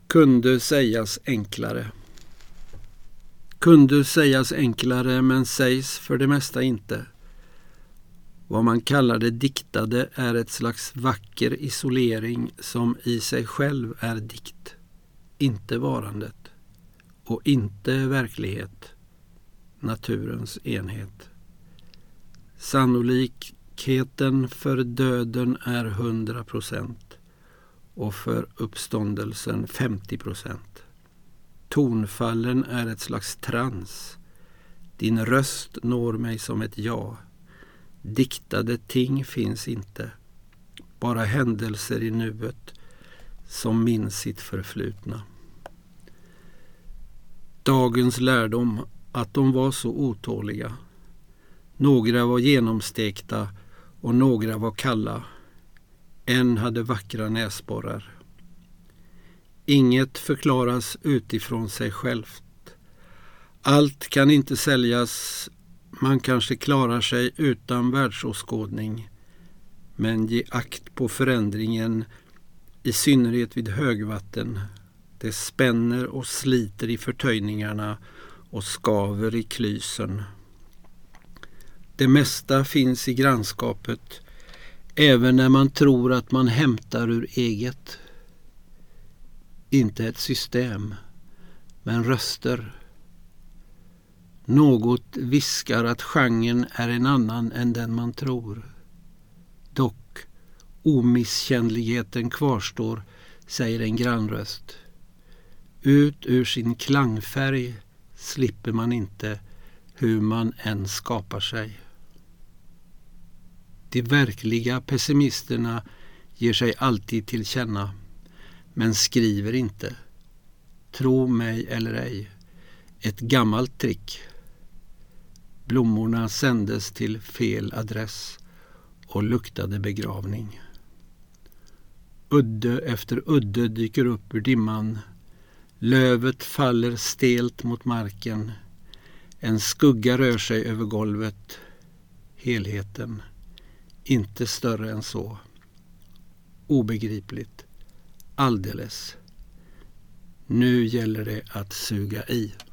Kunde sägas enklare. Kunde sägas enklare, men sägs för det mesta inte. Vad man kallar det diktade är ett slags vacker isolering som i sig själv är dikt, inte varandet och inte verklighet, naturens enhet. Sannolikheten för döden är 100% och för uppståndelsen 50%. Tonfallen är ett slags trans. Din röst når mig som ett ja. Diktade ting finns inte. Bara händelser i nuet som minns sitt förflutna. Dagens lärdom att de var så otåliga. Några var genomstekta och några var kalla. En hade vackra näsborrar. Inget förklaras utifrån sig självt. Allt kan inte säljas. Man kanske klarar sig utan världsåskådning. Men ge akt på förändringen, i synnerhet vid högvatten. Det spänner och sliter i förtöjningarna och skaver i klysen. Det mesta finns i grannskapet, även när man tror att man hämtar ur eget. Inte ett system, men röster. Något viskar att genren är en annan än den man tror. Dock, omisskännligheten kvarstår, säger en grannröst. Ut ur sin klangfärg slipper man inte, hur man än skapar sig. De verkliga pessimisterna ger sig alltid till känna, men skriver inte. Tro mig eller ej. Ett gammalt trick. Blommorna sändes till fel adress och luktade begravning. Udde efter udde dyker upp ur dimman. Lövet faller stelt mot marken. En skugga rör sig över golvet. Helheten. Inte större än så. Obegripligt. Alldeles. Nu gäller det att suga i.